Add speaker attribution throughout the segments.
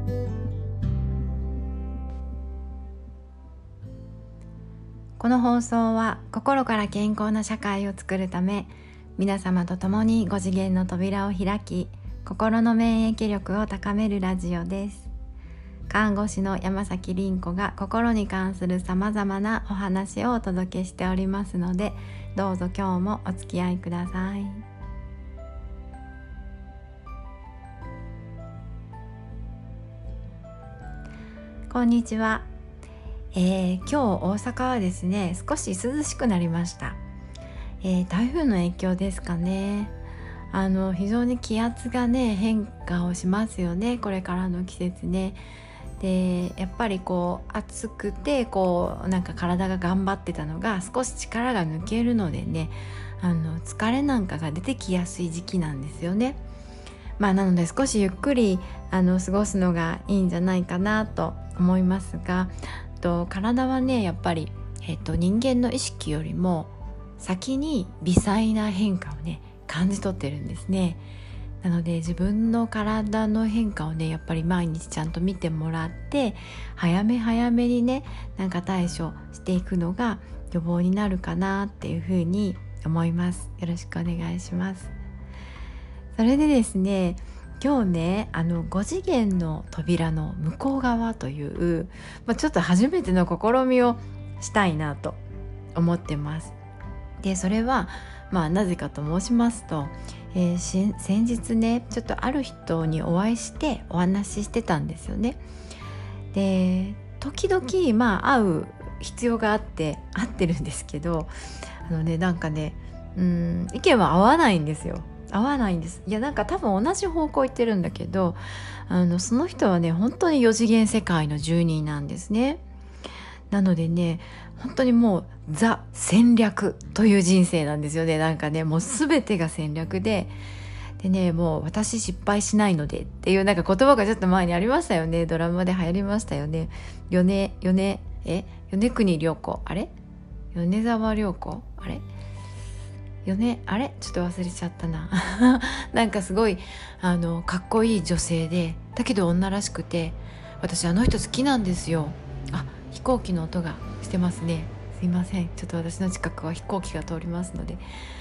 Speaker 1: この放送は心から健康な社会を作るため、皆様と共に5次元の扉を開き、心の免疫力を高めるラジオです。看護師の山崎凛子が心に関するさまざまなお話をお届けしておりますので、どうぞ今日もお付き合いください。こんにちは。今日大阪はですね、少し涼しくなりました。台風の影響ですかね。非常に気圧がね変化をしますよね、これからの季節ね。でやっぱり暑くてなんか体が頑張ってたのが少し力が抜けるのでね、疲れなんかが出てきやすい時期なんですよね。なので少しゆっくり過ごすのがいいんじゃないかなと思いますが、体はねやっぱり、人間の意識よりも先に微細な変化をね感じ取ってるんですね。なので自分の体の変化をねやっぱり毎日ちゃんと見てもらって、早めにねなんか対処していくのが予防になるかなっていうふうに思います。よろしくお願いします。それでですね、今日ね5次元の扉の向こう側という、ちょっと初めての試みをしたいなと思ってます。でそれはなぜかと申しますと、先日ねちょっとある人にお会いしてお話ししてたんですよね。で時々会う必要があって会ってるんですけど、なんかね意見は合わないんですよ。いやなんか多分同じ方向行ってるんだけど、その人はね本当に4次元世界の住人なんですね。なのでね本当にもうザ戦略という人生なんですよね。なんかねもう全てが戦略でね、もう私失敗しないのでっていうなんか言葉がちょっと前にありましたよね。ドラマで流行りましたよね。米国涼子米沢涼子ちょっと忘れちゃったななんかすごいかっこいい女性で、だけど女らしくて、私あの人好きなんですよ。飛行機の音がしてますね。すいません、ちょっと私の近くは飛行機が通りますので。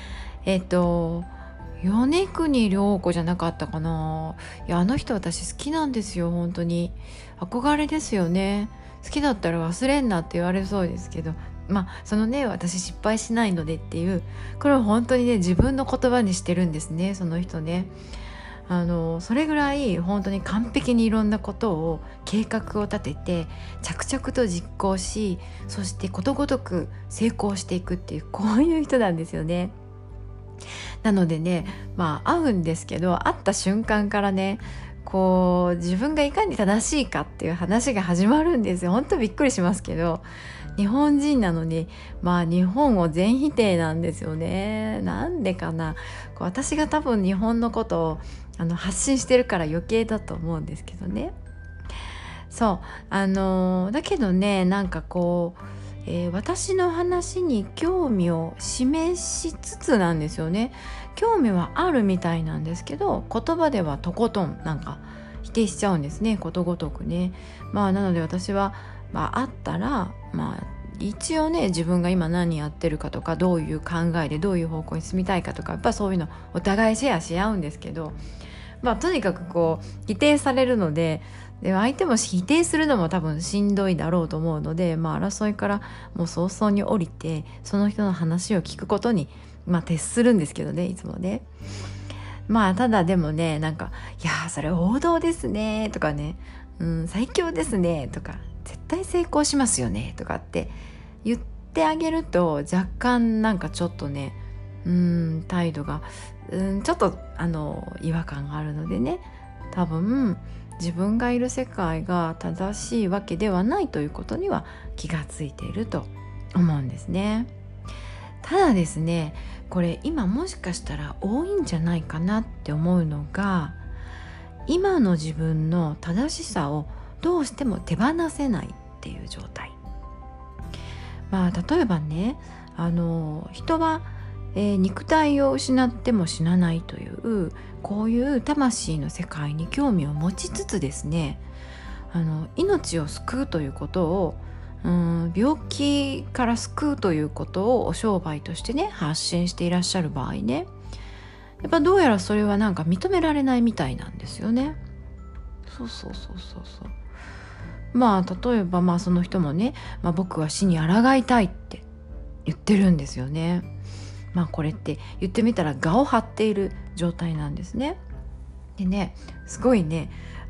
Speaker 1: 米国涼子じゃなかったかな。いやあの人私好きなんですよ。本当に憧れですよね。好きだったら忘れんなって言われそうですけど、そのね私失敗しないのでっていう、これは本当にね自分の言葉にしてるんですね、その人ね。それぐらい本当に完璧にいろんなことを計画を立てて着々と実行し、そしてことごとく成功していくっていう、こういう人なんですよね。なのでね会うんですけど、会った瞬間からね自分がいかに正しいかっていう話が始まるんですよ。本当びっくりしますけど、日本人なのに日本を全否定なんですよね。なんでかな。私が多分日本のことを発信してるから余計だと思うんですけどね。そうだけどねなんか私の話に興味を示しつつなんですよね。興味はあるみたいなんですけど、言葉ではとことんなんか否定しちゃうんですね、ことごとくね。なので私は会ったら一応ね自分が今何やってるかとか、どういう考えでどういう方向に進みたいかとか、やっぱそういうのお互いシェアし合うんですけど、とにかく否定されるので、相手も否定するのも多分しんどいだろうと思うので、争いからもう早々に降りてその人の話を聞くことに徹するんですけどね、いつもね。ただでもねなんかいやそれ王道ですねとかね、最強ですねとか、絶対成功しますよねとかって言ってあげると、若干なんかちょっとね態度がちょっと違和感があるのでね、多分自分がいる世界が正しいわけではないということには気がついていると思うんですね。ただですね、これ今もしかしたら多いんじゃないかなって思うのが、今の自分の正しさをどうしても手放せないっていう状態。例えばね人は肉体を失っても死なないというこういう魂の世界に興味を持ちつつですね、命を救うということを、病気から救うということをお商売としてね発信していらっしゃる場合ね、やっぱどうやらそれはなんか認められないみたいなんですよね。そう例えばその人もね、僕は死に抗いたいって言ってるんですよね。これって言ってみたら我を張っている状態なんですね。でね、すごいね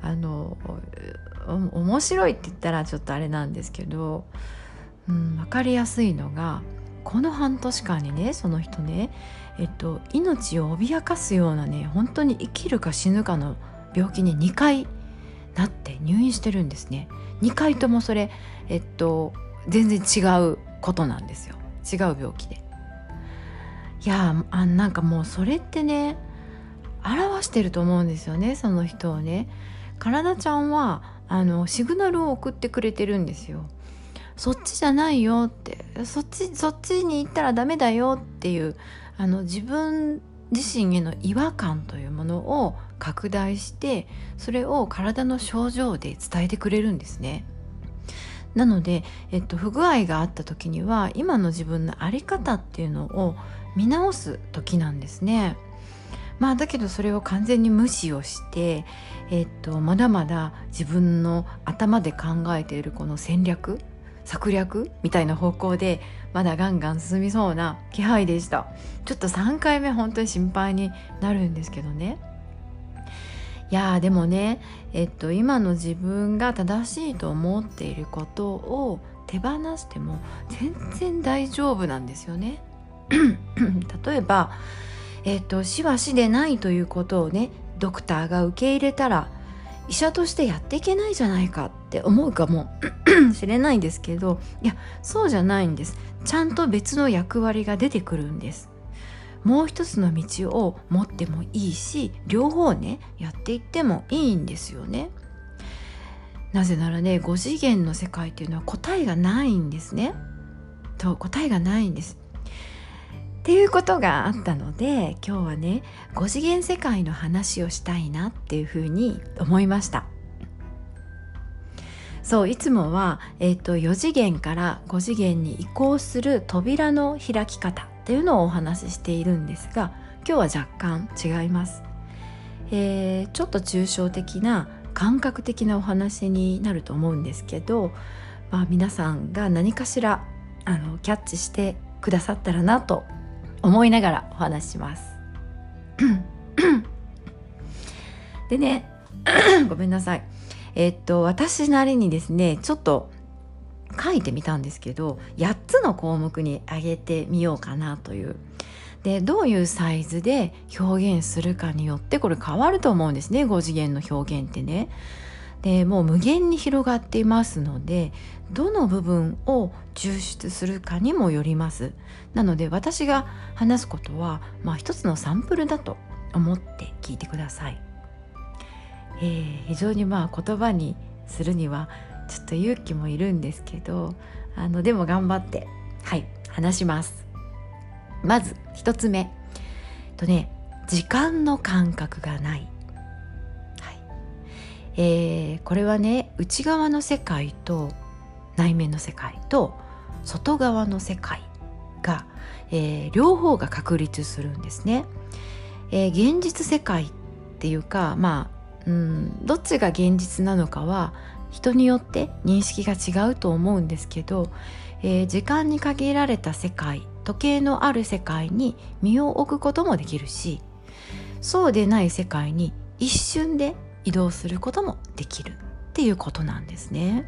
Speaker 1: 面白いって言ったらちょっとあれなんですけど、分かりやすいのが、この半年間にねその人ね、命を脅かすようなね本当に生きるか死ぬかの病気に2回なって入院してるんですね。2回ともそれ、全然違うことなんですよ。違う病気で。いやなんかもうそれってね表してると思うんですよね、その人をね。体ちゃんはシグナルを送ってくれてるんですよ。そっちじゃないよって、そっちに行ったらダメだよっていう自分自身への違和感というものを拡大して、それを体の症状で伝えてくれるんですね。なので、不具合があった時には今の自分の在り方っていうのを見直す時なんですね。だけどそれを完全に無視をして、まだまだ自分の頭で考えているこの策略みたいな方向でまだガンガン進みそうな気配でした。ちょっと3回目本当に心配になるんですけどね。いやでもね、今の自分が正しいと思っていることを手放しても全然大丈夫なんですよね。例えば、死は死でないということをねドクターが受け入れたら、医者としてやっていけないじゃないかって思うかもしれないんですけど、いやそうじゃないんです。ちゃんと別の役割が出てくるんです。もう一つの道を持ってもいいし、両方ねやっていってもいいんですよね。なぜならね、5次元の世界っていうのは答えがないんですね。答えがないんですっていうことがあったので、今日はね5次元世界の話をしたいなっていうふうに思いました。そう、いつもは、4次元から5次元に移行する扉の開き方っていうのをお話ししているんですが、今日は若干違います。ちょっと抽象的な感覚的なお話になると思うんですけど、皆さんが何かしらキャッチしてくださったらなと思いながらお話しします。でねごめんなさい。私なりにですねちょっと書いてみたんですけど、8つの項目に挙げてみようかなという。でどういうサイズで表現するかによってこれ変わると思うんですね、5次元の表現ってね。でもう無限に広がっていますので、どの部分を抽出するかにもよります。なので私が話すことは、一つのサンプルだと思って聞いてください。非常に言葉にするにはちょっと勇気もいるんですけど、でも頑張って話します。まず一つ目時間の感覚がない。これはね内側の世界と内面の世界と外側の世界が、両方が確立するんですね。現実世界っていうかどっちが現実なのかは人によって認識が違うと思うんですけど、時間に限られた世界、時計のある世界に身を置くこともできるし、そうでない世界に一瞬で移動することもできるっていうことなんですね。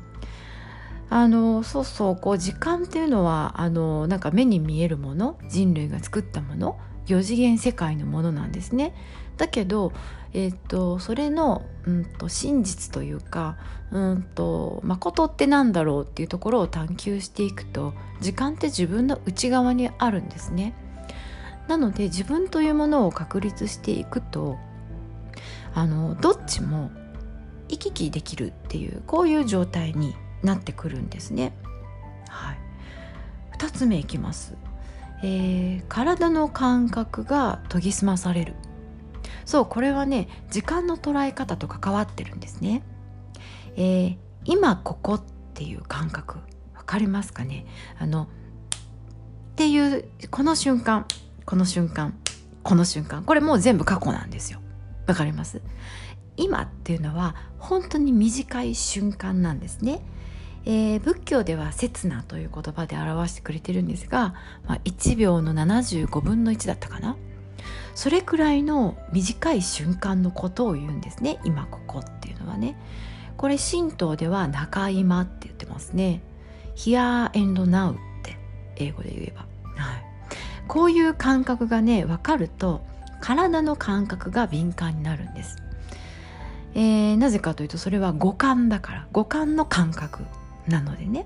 Speaker 1: 時間っていうのはなんか目に見えるもの、人類が作ったもの、4次元世界のものなんですね。だけど、それの、真実というか誠ってなんだろうっていうところを探求していくと、時間って自分の内側にあるんですね。なので自分というものを確立していくとどっちも行き来できるっていう、こういう状態になってくるんですね。2つ目いきます。 体の感覚が研ぎ澄まされる。そう、これはね、時間の捉え方と関わってるんですね。今ここっていう感覚、わかりますかね。っていうこの瞬間、この瞬間、この瞬間、これもう全部過去なんですよ。わかります？今っていうのは本当に短い瞬間なんですね。仏教では刹那という言葉で表してくれてるんですが、1秒の75分の1だったかな。それくらいの短い瞬間のことを言うんですね。今ここっていうのはね。これ神道では中今って言ってますね。 Here and now って英語で言えば、はい、こういう感覚がね分かると体の感覚が敏感になるんです。なぜかというと、それは五感だから、五感の感覚なのでね。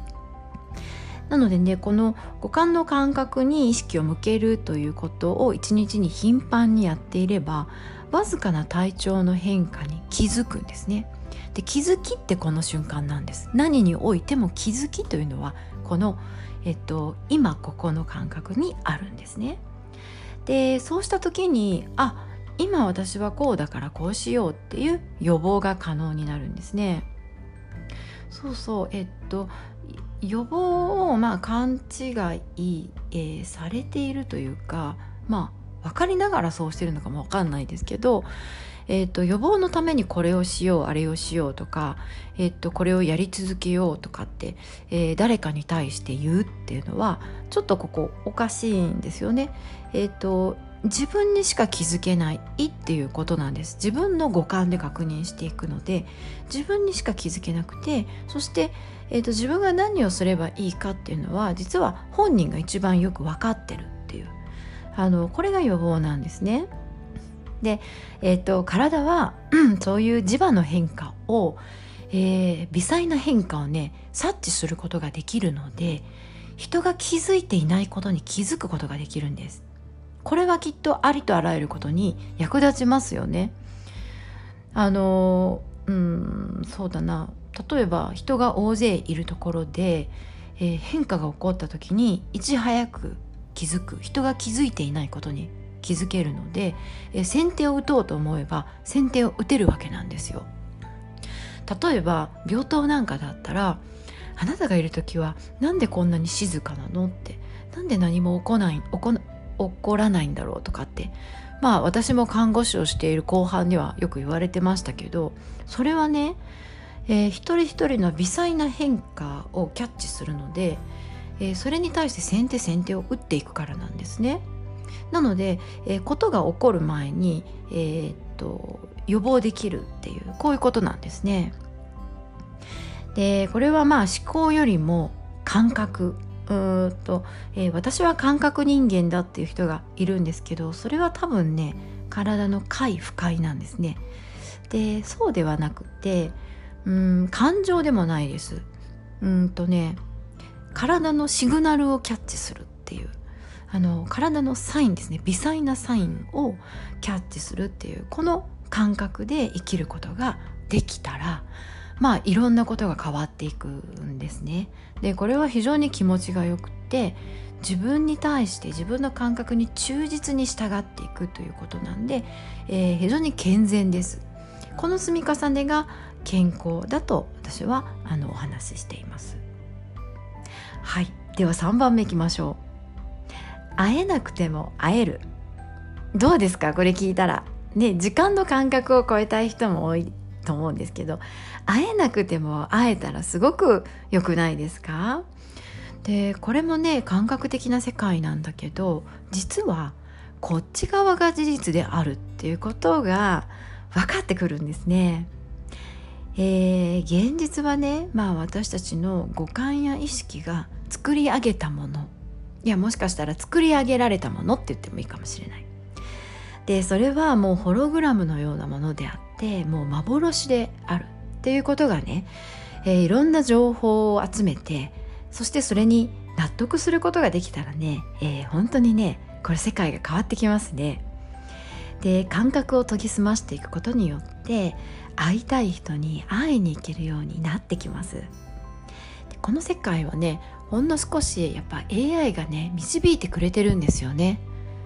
Speaker 1: この五感の感覚に意識を向けるということを一日に頻繁にやっていれば、わずかな体調の変化に気づくんですね。で、気づきってこの瞬間なんです。何においても気づきというのはこの、今ここの感覚にあるんですね。で、そうした時に、今私はこうだからこうしようっていう予防が可能になるんですね。そうそう、予防を勘違い、されているというか、分かりながらそうしてるのかも分かんないですけど、予防のためにこれをしようあれをしようとか、これをやり続けようとかって、誰かに対して言うっていうのはちょっとここおかしいんですよね。自分にしか気づけないっていうことなんです。自分の五感で確認していくので、自分にしか気づけなくて、そして、自分が何をすればいいかっていうのは実は本人が一番よく分かってるっていう、これが予防なんですね。で、体はそういう磁場の変化を、微細な変化をね察知することができるので、人が気づいていないことに気づくことができるんです。これはきっとありとあらゆることに役立ちますよね。そうだな、例えば人が大勢いるところで、変化が起こった時にいち早く気づく、人が気づいていないことに気づけるので、先手を打とうと思えば先手を打てるわけなんですよ。例えば病棟なんかだったら、あなたがいる時はなんでこんなに静かなのって、なんで何も起こらないんだろうとかって、私も看護師をしている後半にはよく言われてましたけど、それはね、一人一人の微細な変化をキャッチするので、それに対して先手を打っていくからなんですね。なので、ことが起こる前に、予防できるっていう、こういうことなんですね。で、これは思考よりも感覚、私は感覚人間だっていう人がいるんですけど、それは多分ね体の快不快なんですね。で、そうではなくて、感情でもないです。体のシグナルをキャッチするっていう、体のサインですね、微細なサインをキャッチするっていう、この感覚で生きることができたら、いろんなことが変わっていくんですね。で、これは非常に気持ちがよくって、自分に対して自分の感覚に忠実に従っていくということなんで、非常に健全です。この積み重ねが健康だと私はお話ししています。はい、では3番目いきましょう。会えなくても会える。どうですか、これ聞いたらね、時間の感覚を超えたい人も多いと思うんですけど、会えなくても会えたらすごく良くないですか？で、これもね感覚的な世界なんだけど、実はこっち側が事実であるっていうことが分かってくるんですね。現実はね、私たちの五感や意識が作り上げたもの、いや、もしかしたら作り上げられたものって言ってもいいかもしれない。で、それはもうホログラムのようなものであって、もう幻であるっていうことがね、いろんな情報を集めて、そしてそれに納得することができたらね、本当にね、これ世界が変わってきますね。で、感覚を研ぎ澄ましていくことによって会いたい人に会いに行けるようになってきます。で、この世界はね、 ほんの少しやっぱ AI がね導いてくれてるんですよね。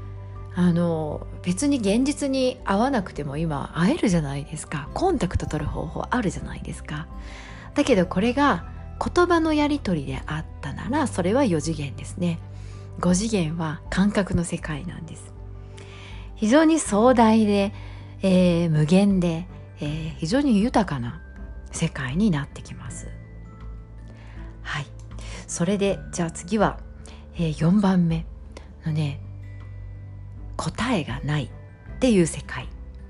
Speaker 1: 別に現実に会わなくても今会えるじゃないですか。コンタクト取る方法あるじゃないですか。だけどこれが言葉のやり取りであったならそれは4次元ですね。5次元は感覚の世界なんです。非常に壮大で、無限で、非常に豊かな世界になってきます。はい、それでじゃあ次は、4番目のね、答えがないっていう世界。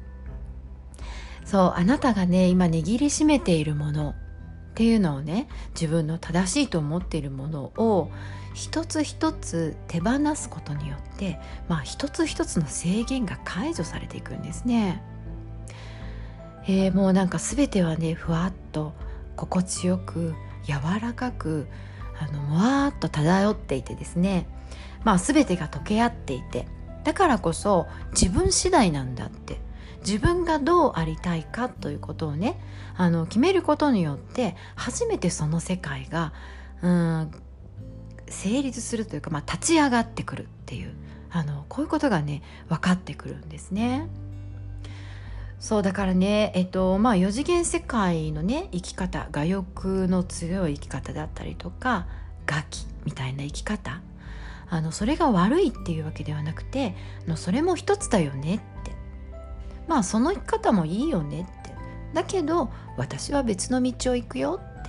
Speaker 1: そう、あなたがね今握りしめているものっていうのをね、自分の正しいと思っているものを一つ一つ手放すことによって、一つ一つの制限が解除されていくんですね。もうなんか全てはねふわっと心地よく柔らかくもわーっと漂っていてですね、全てが溶け合っていて、だからこそ自分次第なんだって、自分がどうありたいかということをね決めることによって初めてその世界が成立するというか、立ち上がってくるっていうこういうことがね分かってくるんですね。そうだからね、4次元世界のね生き方、我欲の強い生き方だったりとか我気みたいな生き方、それが悪いっていうわけではなくてそれも一つだよねって、その生き方もいいよねって、だけど私は別の道を行くよっていう、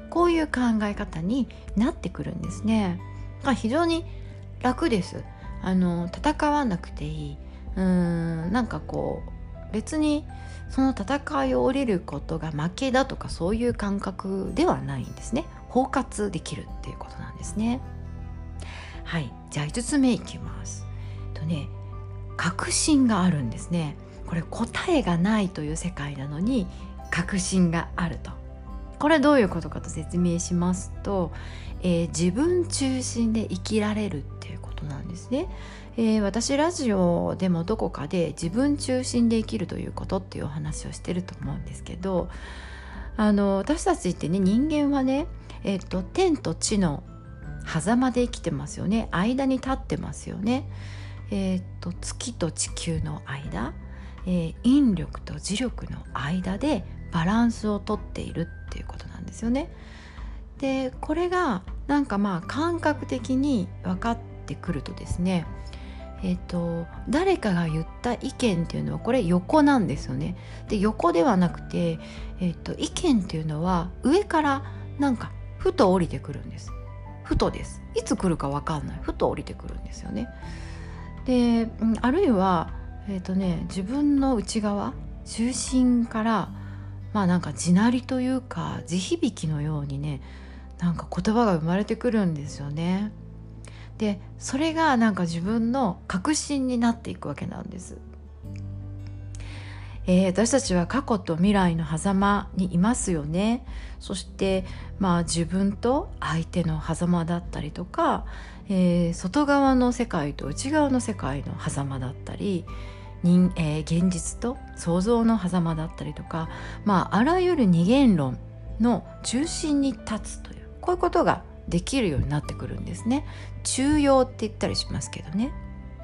Speaker 1: こういう考え方になってくるんですね。非常に楽です。戦わなくていい。なんかこう別にその戦いを降りることが負けだとかそういう感覚ではないんですね。包括できるっていうことなんですね。はい、じゃあ5つ目いきます。確信があるんですね。これ答えがないという世界なのに確信があると。これどういうことかと説明しますと、自分中心で生きられるっていうことなんですね。私ラジオでもどこかで自分中心で生きるということっていうお話をしてると思うんですけど、私たちってね、人間はね、天と地の狭間で生きてますよね。間に立ってますよね。月と地球の間、引力と磁力の間でバランスをとっているっていうことなんですよね。でこれがなんか感覚的に分かってくるとですね、誰かが言った意見っていうのはこれ横なんですよね。で横ではなくて、意見っていうのは上からなんかふと降りてくるんです。ふとです。いつ来るか分かんない。ふと降りてくるんですよね。で、あるいは自分の内側中心からなんか地鳴りというか地響きのようにね、なんか言葉が生まれてくるんですよね。でそれがなんか自分の確信になっていくわけなんです。私たちは過去と未来の狭間にいますよね。そして自分と相手の狭間だったりとか、外側の世界と内側の世界の狭間だったり、現実と想像の狭間だったりとか、あらゆる二元論の中心に立つという、こういうことができるようになってくるんですね。中庸って言ったりしますけどね。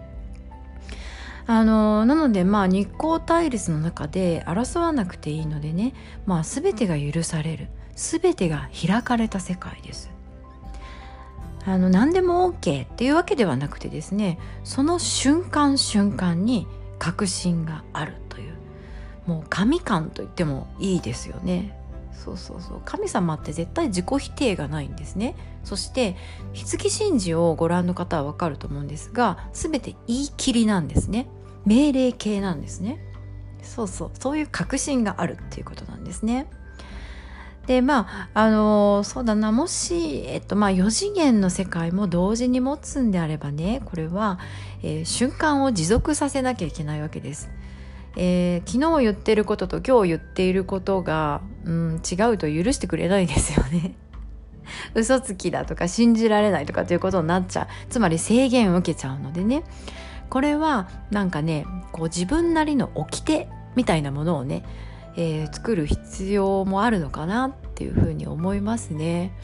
Speaker 1: なので日光対立の中で争わなくていいのでね、全てが許される、全てが開かれた世界です。何でも OK っていうわけではなくてですね、その瞬間瞬間に確信があるという、もう神感と言ってもいいですよね。そう神様って絶対自己否定がないんですね。そして筆記真字をご覧の方は分かると思うんですが、全て言い切りなんですね。命令形なんですね。そういう確信があるっていうことなんですね。でそうだな、もし、4次元の世界も同時に持つんであればね、これは、瞬間を持続させなきゃいけないわけです。昨日言ってることと今日言っていることが、違うと許してくれないですよね。嘘つきだとか信じられないとかということになっちゃう。つまり制限を受けちゃうのでね、これはなんかね、こう自分なりの掟みたいなものをね、作る必要もあるのかなっていうふうに思いますね。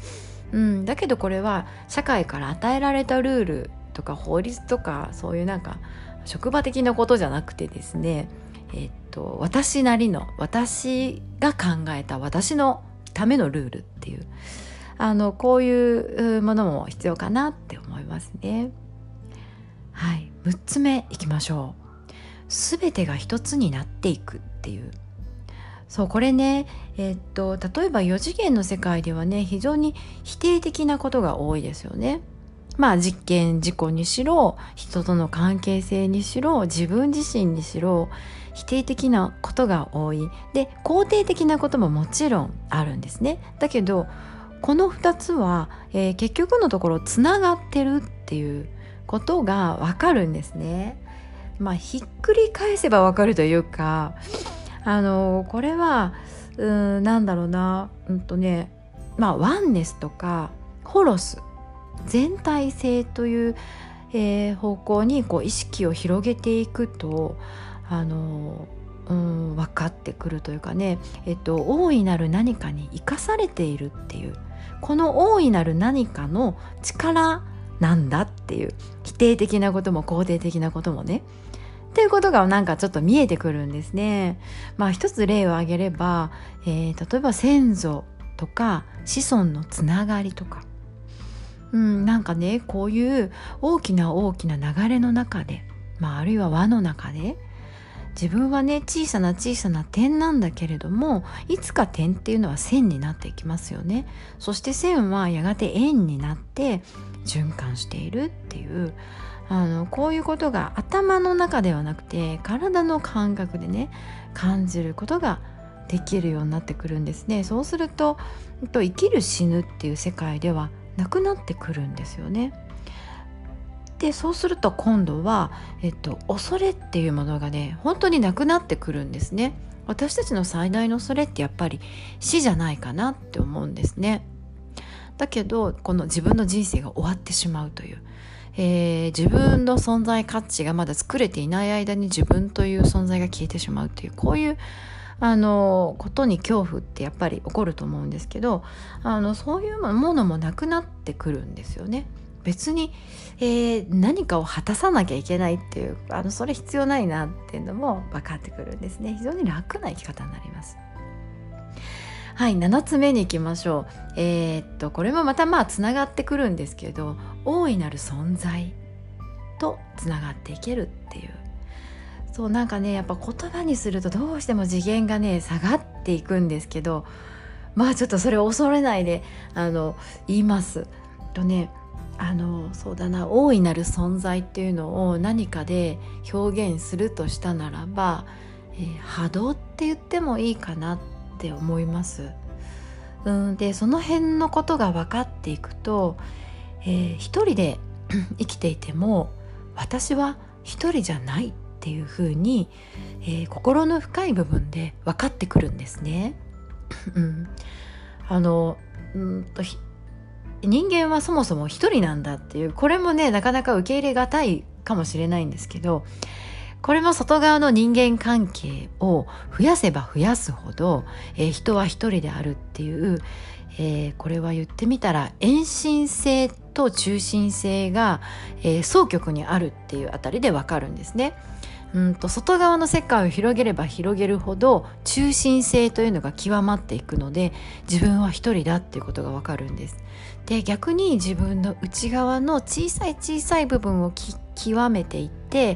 Speaker 1: だけどこれは社会から与えられたルールとか法律とか、そういうなんか職場的なことじゃなくてですね、私なりの、私が考えた私のためのルールっていう、こういうものも必要かなって思いますね。はい、6つ目いきましょう。すべてが一つになっていくっていう。そう、これね、例えば4次元の世界ではね、非常に否定的なことが多いですよね。実験事故にしろ、人との関係性にしろ、自分自身にしろ、否定的なことが多い。で、肯定的なことももちろんあるんですね。だけどこの2つは、結局のところつながってるっていうことがわかるんですね。ひっくり返せばわかるというか、これはなんだろうな、ワンネスとかホロス、全体性という、方向にこう意識を広げていくと分かってくるというかね、大いなる何かに生かされているっていう、この大いなる何かの力なんだっていう、否定的なことも肯定的なこともねっていうことがなんかちょっと見えてくるんですね。一つ例を挙げれば、例えば先祖とか子孫のつながりとか、なんかね、こういう大きな大きな流れの中で、あるいは輪の中で、自分はね、小さな小さな点なんだけれども、いつか点っていうのは線になっていきますよね。そして線はやがて円になって循環しているっていう、こういうことが頭の中ではなくて体の感覚でね、感じることができるようになってくるんですね。そうすると生きる死ぬっていう世界ではなくなってくるんですよね。で、そうすると今度は、恐れっていうものがね、本当になくなってくるんですね。私たちの最大の恐れってやっぱり死じゃないかなって思うんですね。だけどこの自分の人生が終わってしまうという、自分の存在価値がまだ作れていない間に自分という存在が消えてしまうという、こういうことに恐怖ってやっぱり起こると思うんですけど、そういうものもなくなってくるんですよね。別に、何かを果たさなきゃいけないっていう、それ必要ないなっていうのも分かってくるんですね。非常に楽な生き方になります。はい、7つ目に行きましょう。これもまたつながってくるんですけど、大いなる存在とつながっていけるっていう、そう、なんかね、やっぱ言葉にするとどうしても次元がね下がっていくんですけど、ちょっとそれを恐れないで言いますとね、そうだな、大いなる存在っていうのを何かで表現するとしたならば、波動って言ってもいいかなって思います。で、その辺のことが分かっていくと、一人で生きていても私は一人じゃないっていうふうに、心の深い部分で分かってくるんですね。人間はそもそも一人なんだっていう、これもねなかなか受け入れがたいかもしれないんですけど、これも外側の人間関係を増やせば増やすほど、人は一人であるっていう、これは言ってみたら遠心性と中心性が、双極にあるっていうあたりでわかるんですね。外側の世界を広げれば広げるほど中心性というのが極まっていくので、自分は一人だっていうことがわかるんです。で、逆に自分の内側の小さい小さい部分を極めていって、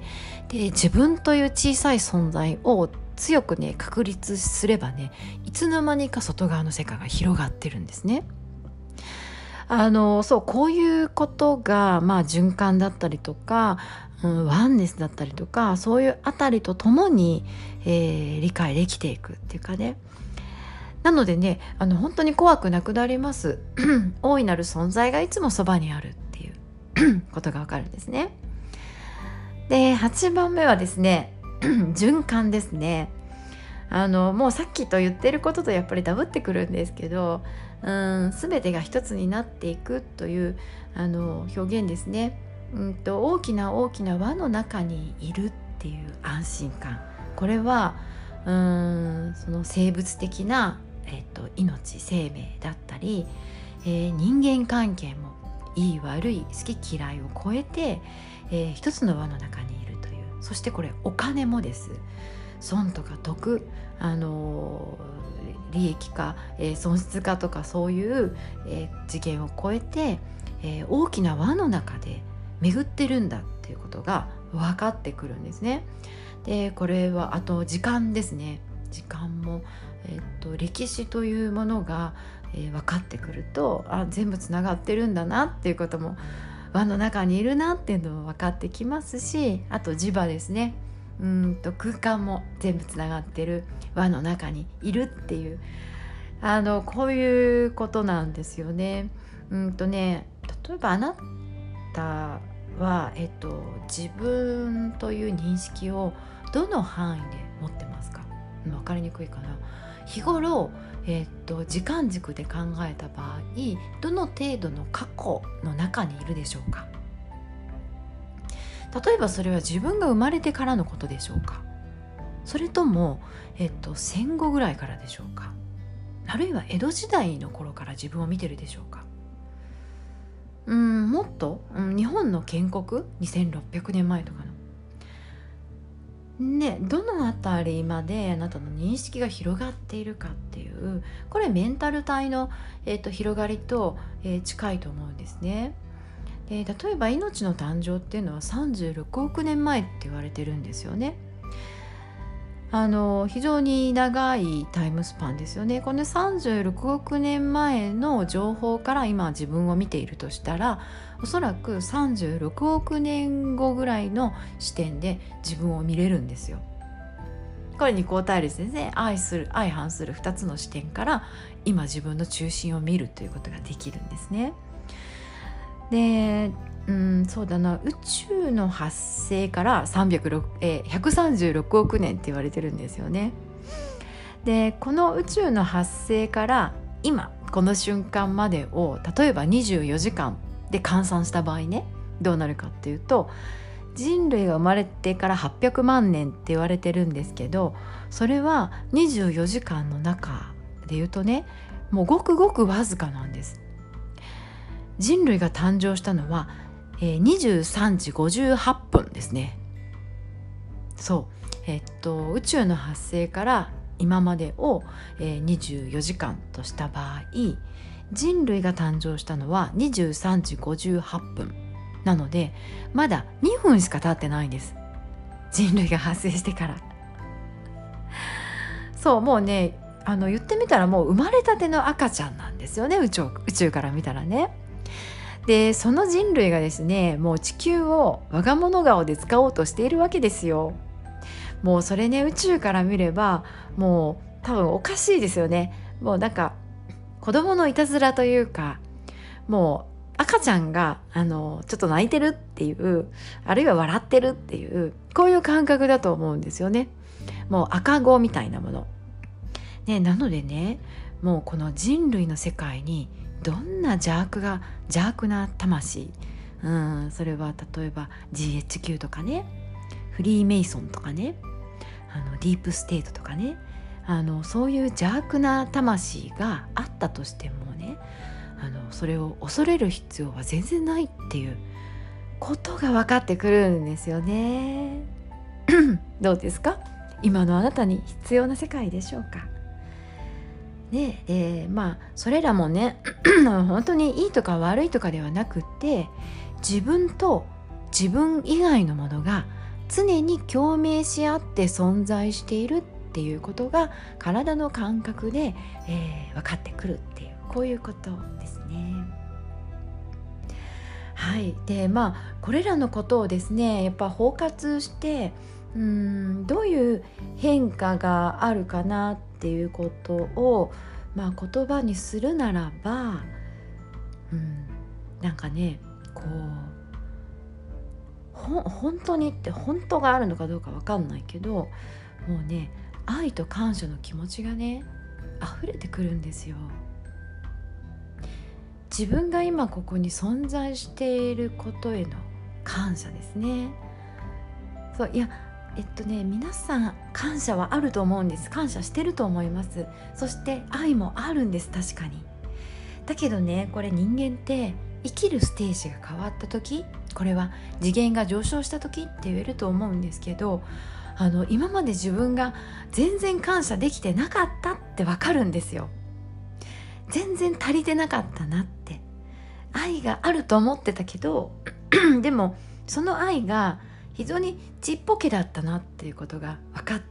Speaker 1: で、自分という小さい存在を強くね確立すればね、いつの間にか外側の世界が広がってるんですね。そう、こういうことが循環だったりとか、ワンネスだったりとか、そういうあたりとともに、理解できていくっていうかね。なのでね、本当に怖くなくなります大いなる存在がいつもそばにあるっていうことがわかるんですね。で、8番目はですね循環ですね。もうさっきと言ってることとやっぱりダブってくるんですけど、全てが一つになっていくという表現ですね。大きな大きな輪の中にいるっていう安心感、これはその生物的な、命生命だったり、 人間関係もいい悪い好き嫌いを超えて、一つの輪の中にいるという。そしてこれお金もです。損とか得、利益か、損失かとかそういう、次元を超えて、大きな輪の中で巡ってるんだっていうことが分かってくるんですね。でこれはあと時間ですね。時間も、歴史というものが、分かってくると全部つながってるんだなっていうことも、輪の中にいるなっていうのも分かってきますし、あと磁場ですね。空間も全部つながってる輪の中にいるっていう、こういうことなんですよね。例えばあなたは、自分という認識をどの範囲で持ってますか？分かりにくいかな。日頃、時間軸で考えた場合、どの程度の過去の中にいるでしょうか？例えばそれは自分が生まれてからのことでしょうか？それとも、戦後ぐらいからでしょうか？あるいは江戸時代の頃から自分を見てるでしょうか？もっと、日本の建国2600年前とかのね、どのあたりまであなたの認識が広がっているかっていう、これメンタル体の、広がりと、近いと思うんですね。で例えば命の誕生っていうのは36億年前って言われてるんですよね。非常に長いタイムスパンですよね。この36億年前の情報から今自分を見ているとしたら、おそらく36億年後ぐらいの視点で自分を見れるんですよ。これ二項対立ですね。相反する2つの視点から今自分の中心を見るということができるんですね。でそうだな、宇宙の発生から136億年って言われてるんですよね。でこの宇宙の発生から今この瞬間までを例えば24時間で換算した場合ね、どうなるかっていうと、人類が生まれてから800万年って言われてるんですけど、それは24時間の中で言うとね、もうごくごくわずかなんです。人類が誕生したのは23時58分ですね。そう、宇宙の発生から今までを、24時間とした場合、人類が誕生したのは23時58分なので、まだ2分しか経ってないんです。人類が発生してからそう、もうね、言ってみたらもう生まれたての赤ちゃんなんですよね。宇宙から見たらね。でその人類がですね、もう地球を我が物顔で使おうとしているわけですよ。もうそれね、宇宙から見ればもう多分おかしいですよね。もうなんか子供のいたずらというか、もう赤ちゃんがちょっと泣いてるっていう、あるいは笑ってるっていう、こういう感覚だと思うんですよね。もう赤子みたいなもの、ね、なのでね、もうこの人類の世界にどんな邪悪な魂、それは例えば GHQ とかね、フリーメイソンとかね、ディープステートとかね、そういう邪悪な魂があったとしてもね、それを恐れる必要は全然ないっていうことが分かってくるんですよね。どうですか？今のあなたに必要な世界でしょうか？ね、それらもね本当にいいとか悪いとかではなくって、自分と自分以外のものが常に共鳴し合って存在しているっていうことが体の感覚で、分かってくるっていう、こういうことですね。はい。でこれらのことをですね、やっぱ包括してどういう変化があるかなっていうことを、言葉にするならば、なんかね、こう本当にって本当があるのかどうか分かんないけど、もうね、愛と感謝の気持ちがね溢れてくるんですよ。自分が今ここに存在していることへの感謝ですね。そういや皆さん感謝はあると思うんです。感謝してると思います。そして愛もあるんです。確かに。 だけどね、これ人間って生きるステージが変わった時、これは次元が上昇した時って言えると思うんですけど、今まで自分が全然感謝できてなかったってわかるんですよ。全然足りてなかったなって、愛があると思ってたけどでもその愛が非常にちっぽけだったなっていうことが分かって、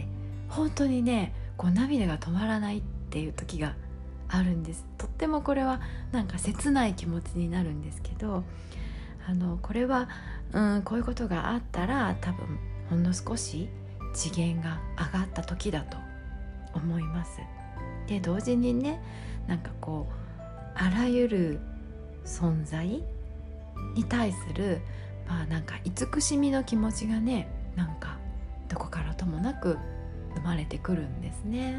Speaker 1: 本当にね、こう涙が止まらないっていう時があるんです。とってもこれはなんか切ない気持ちになるんですけど、これは、こういうことがあったら多分ほんの少し次元が上がった時だと思います。で、同時にね、なんかこうあらゆる存在に対するなんか慈しみの気持ちがね、なんかどこからともなく生まれてくるんですね。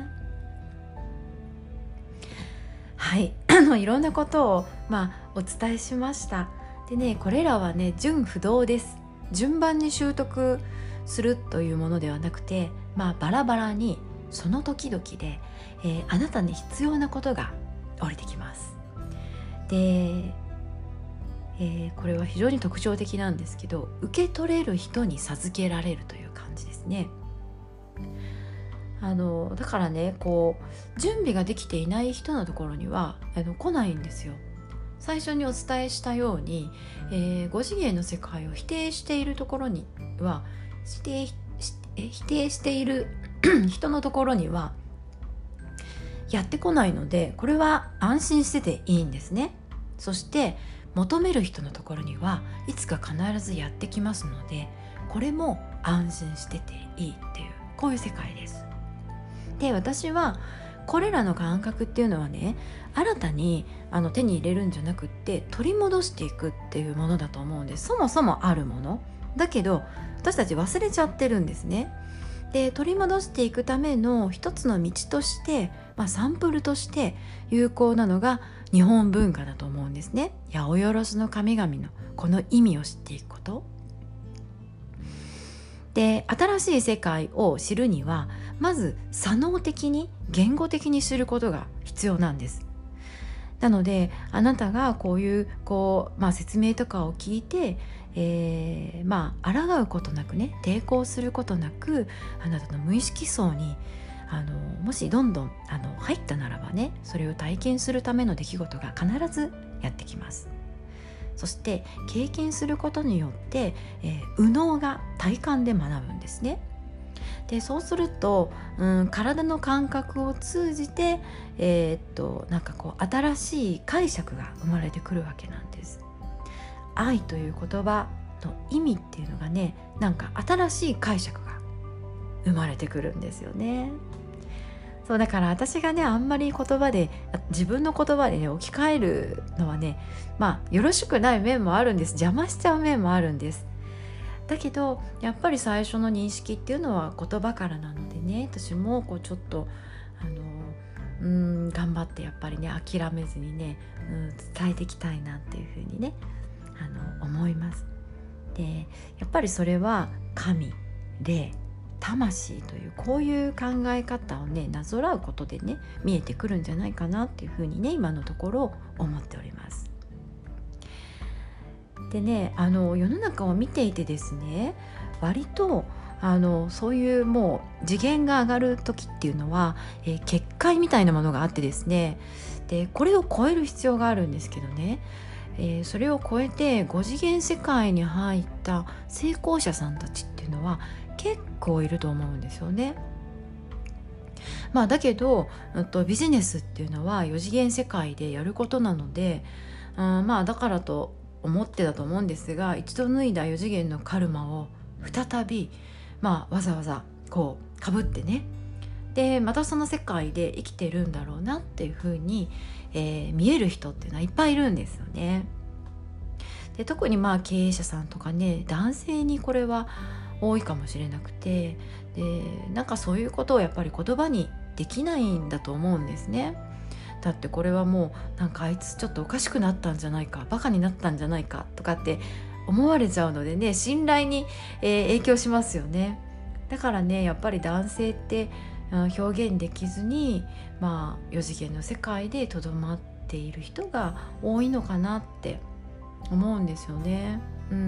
Speaker 1: はい、いろんなことをお伝えしました。でね、これらはね、順不同です。順番に習得するというものではなくて、バラバラにその時々で、あなたに必要なことが降りてきます。で、これは非常に特徴的なんですけど、受け取れる人に授けられるという感じですね。だからね、こう準備ができていない人のところには来ないんですよ。最初にお伝えしたように、5次元の世界を否定しているところには否定している人のところにはやってこないので、これは安心してていいんですね。そして求める人のところにはいつか必ずやってきますので、これも安心してていいっていう、こういう世界です。で、私はこれらの感覚っていうのはね、新たに手に入れるんじゃなくって取り戻していくっていうものだと思うんです。そもそもあるものだけど私たち忘れちゃってるんですね。で、取り戻していくための一つの道として、サンプルとして有効なのが日本文化だと思うんですね。八百万の神々のこの意味を知っていくことで、新しい世界を知るにはまず左脳的に言語的に知ることが必要なんです。なので、あなたがこういう説明とかを聞いて、抗うことなくね、抵抗することなく、あなたの無意識層にもしどんどん入ったならばね、それを体験するための出来事が必ずやってきます。そして経験することによって、右脳が体感で学ぶんですね。で、そうすると、体の感覚を通じて、なんかこう新しい解釈が生まれてくるわけなんです。愛という言葉の意味っていうのがね、なんか新しい解釈が生まれてくるんですよね。そうだから私がね、あんまり自分の言葉でね置き換えるのはね、よろしくない面もあるんです。邪魔しちゃう面もあるんです。だけどやっぱり最初の認識っていうのは言葉からなのでね、私もちょっと頑張ってやっぱりね、諦めずにね、伝えていきたいなっていうふうにね思います。で、やっぱりそれは神、霊、魂というこういう考え方をねなぞらうことでね見えてくるんじゃないかなっていうふうにね、今のところ思っております。でね、世の中を見ていてですね、割とそういうもう次元が上がる時っていうのは、結界みたいなものがあってですね、でこれを超える必要があるんですけどね、それを超えて5次元世界に入った成功者さんたちっていうのは結構いると思うんですよね。だけどビジネスっていうのは4次元世界でやることなので、だからと思ってだと思うんですが、一度脱いだ4次元のカルマを再び、わざわざこうかぶってね、でまたその世界で生きてるんだろうなっていう風に、見える人っていうのはいっぱいいるんですよね。で、特に経営者さんとかね、男性にこれは多いかもしれなくて、でなんかそういうことをやっぱり言葉にできないんだと思うんですね。だってこれはもうなんかあいつちょっとおかしくなったんじゃないか、バカになったんじゃないかとかって思われちゃうのでね、信頼に、影響しますよね。だからね、やっぱり男性って表現できずに、4次元の世界でとどまっている人が多いのかなって思うんですよね。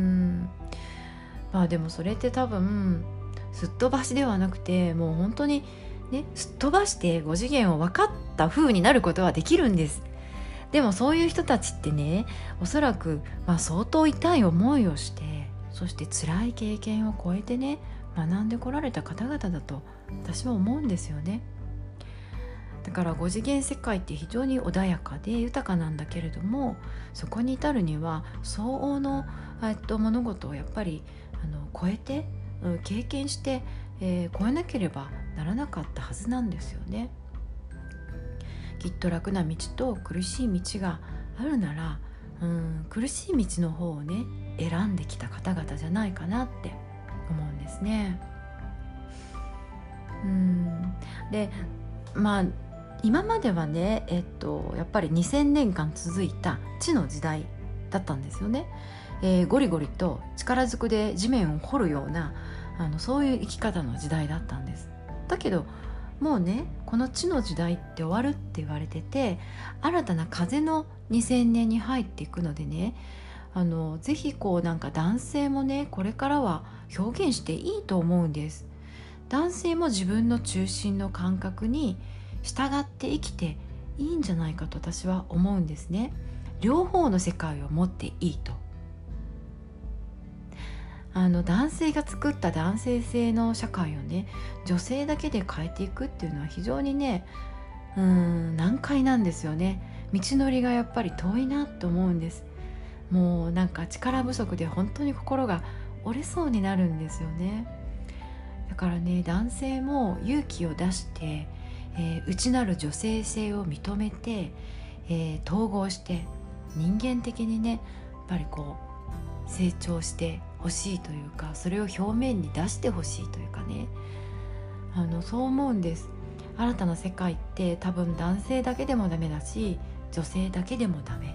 Speaker 1: でもそれって多分すっ飛ばしではなくて、もう本当にね、すっ飛ばして5次元を分かった風になることはできるんです。でもそういう人たちってね、おそらく、相当痛い思いをして、そして辛い経験を超えてね、学んでこられた方々だと私は思うんですよね。だから5次元世界って非常に穏やかで豊かなんだけれども、そこに至るには相応の物事をやっぱり超えて経験して、超えなければならなかったはずなんですよね。きっと楽な道と苦しい道があるなら、苦しい道の方をね選んできた方々じゃないかなって思うんですね。で今まではね、やっぱり2000年間続いた地の時代だったんですよね。ゴリゴリと力ずくで地面を掘るようなそういう生き方の時代だったんです。だけどもうね、この地の時代って終わるって言われてて、新たな風の2000年に入っていくのでね、ぜひ男性もねこれからは表現していいと思うんです。男性も自分の中心の感覚に従って生きていいんじゃないかと私は思うんですね。両方の世界を持っていいと。男性が作った男性性の社会をね、女性だけで変えていくっていうのは非常にね難解なんですよね。道のりがやっぱり遠いなと思うんです。もう力不足で本当に心が折れそうになるんですよね。だからね、男性も勇気を出して、内なる女性性を認めて、統合して人間的にねやっぱり成長してほしいというか、それを表面に出してほしいというかね、そう思うんです。新たな世界って多分男性だけでもダメだし、女性だけでもダメ。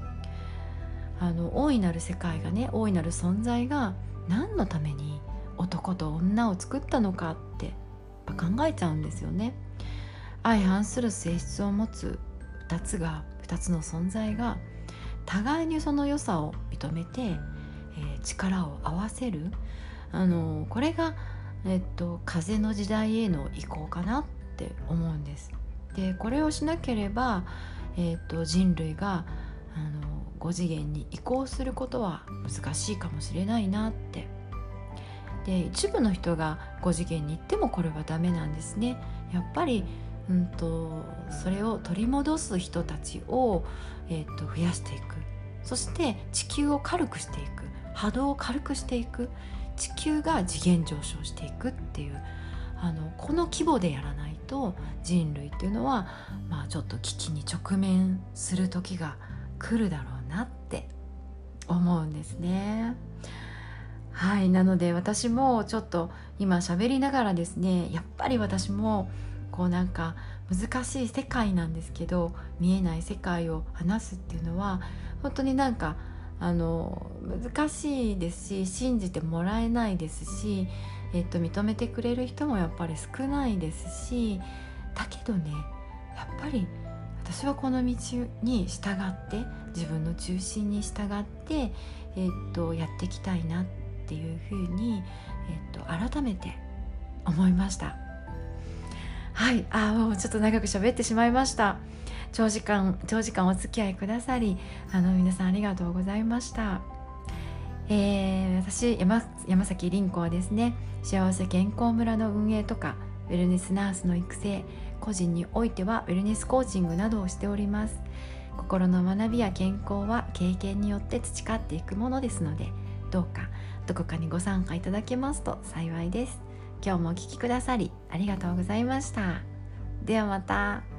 Speaker 1: 大いなる世界がね、大いなる存在が何のために男と女を作ったのかって考えちゃうんですよね。相反する性質を持つ2つの存在が互いにその良さを認めて、力を合わせる、これが、風の時代への移行かなって思うんです。でこれをしなければ、人類が5次元に移行することは難しいかもしれないなって。で一部の人が5次元に行ってもこれはダメなんですね。やっぱりそれを取り戻す人たちを、増やしていく。そして地球を軽くしていく、波動を軽くしていく、地球が次元上昇していくっていうこの規模でやらないと人類っていうのは、ちょっと危機に直面する時が来るだろうなって思うんですね。はい、なので私もちょっと今喋りながらですね、やっぱり私も難しい世界なんですけど、見えない世界を話すっていうのは本当に難しいですし、信じてもらえないですし、認めてくれる人もやっぱり少ないですし、だけどね、やっぱり私はこの道に従って、自分の中心に従って、やっていきたいなっていうふうに、改めて思いました。はい、もうちょっと長く喋ってしまいました。長時間お付き合いくださり皆さんありがとうございました。私山崎凛子はですね、幸せ健康村の運営とかウェルネスナースの育成、個人においてはウェルネスコーチングなどをしております。心の学びや健康は経験によって培っていくものですので、どうかどこかにご参加いただけますと幸いです。今日もお聞きくださりありがとうございました。ではまた。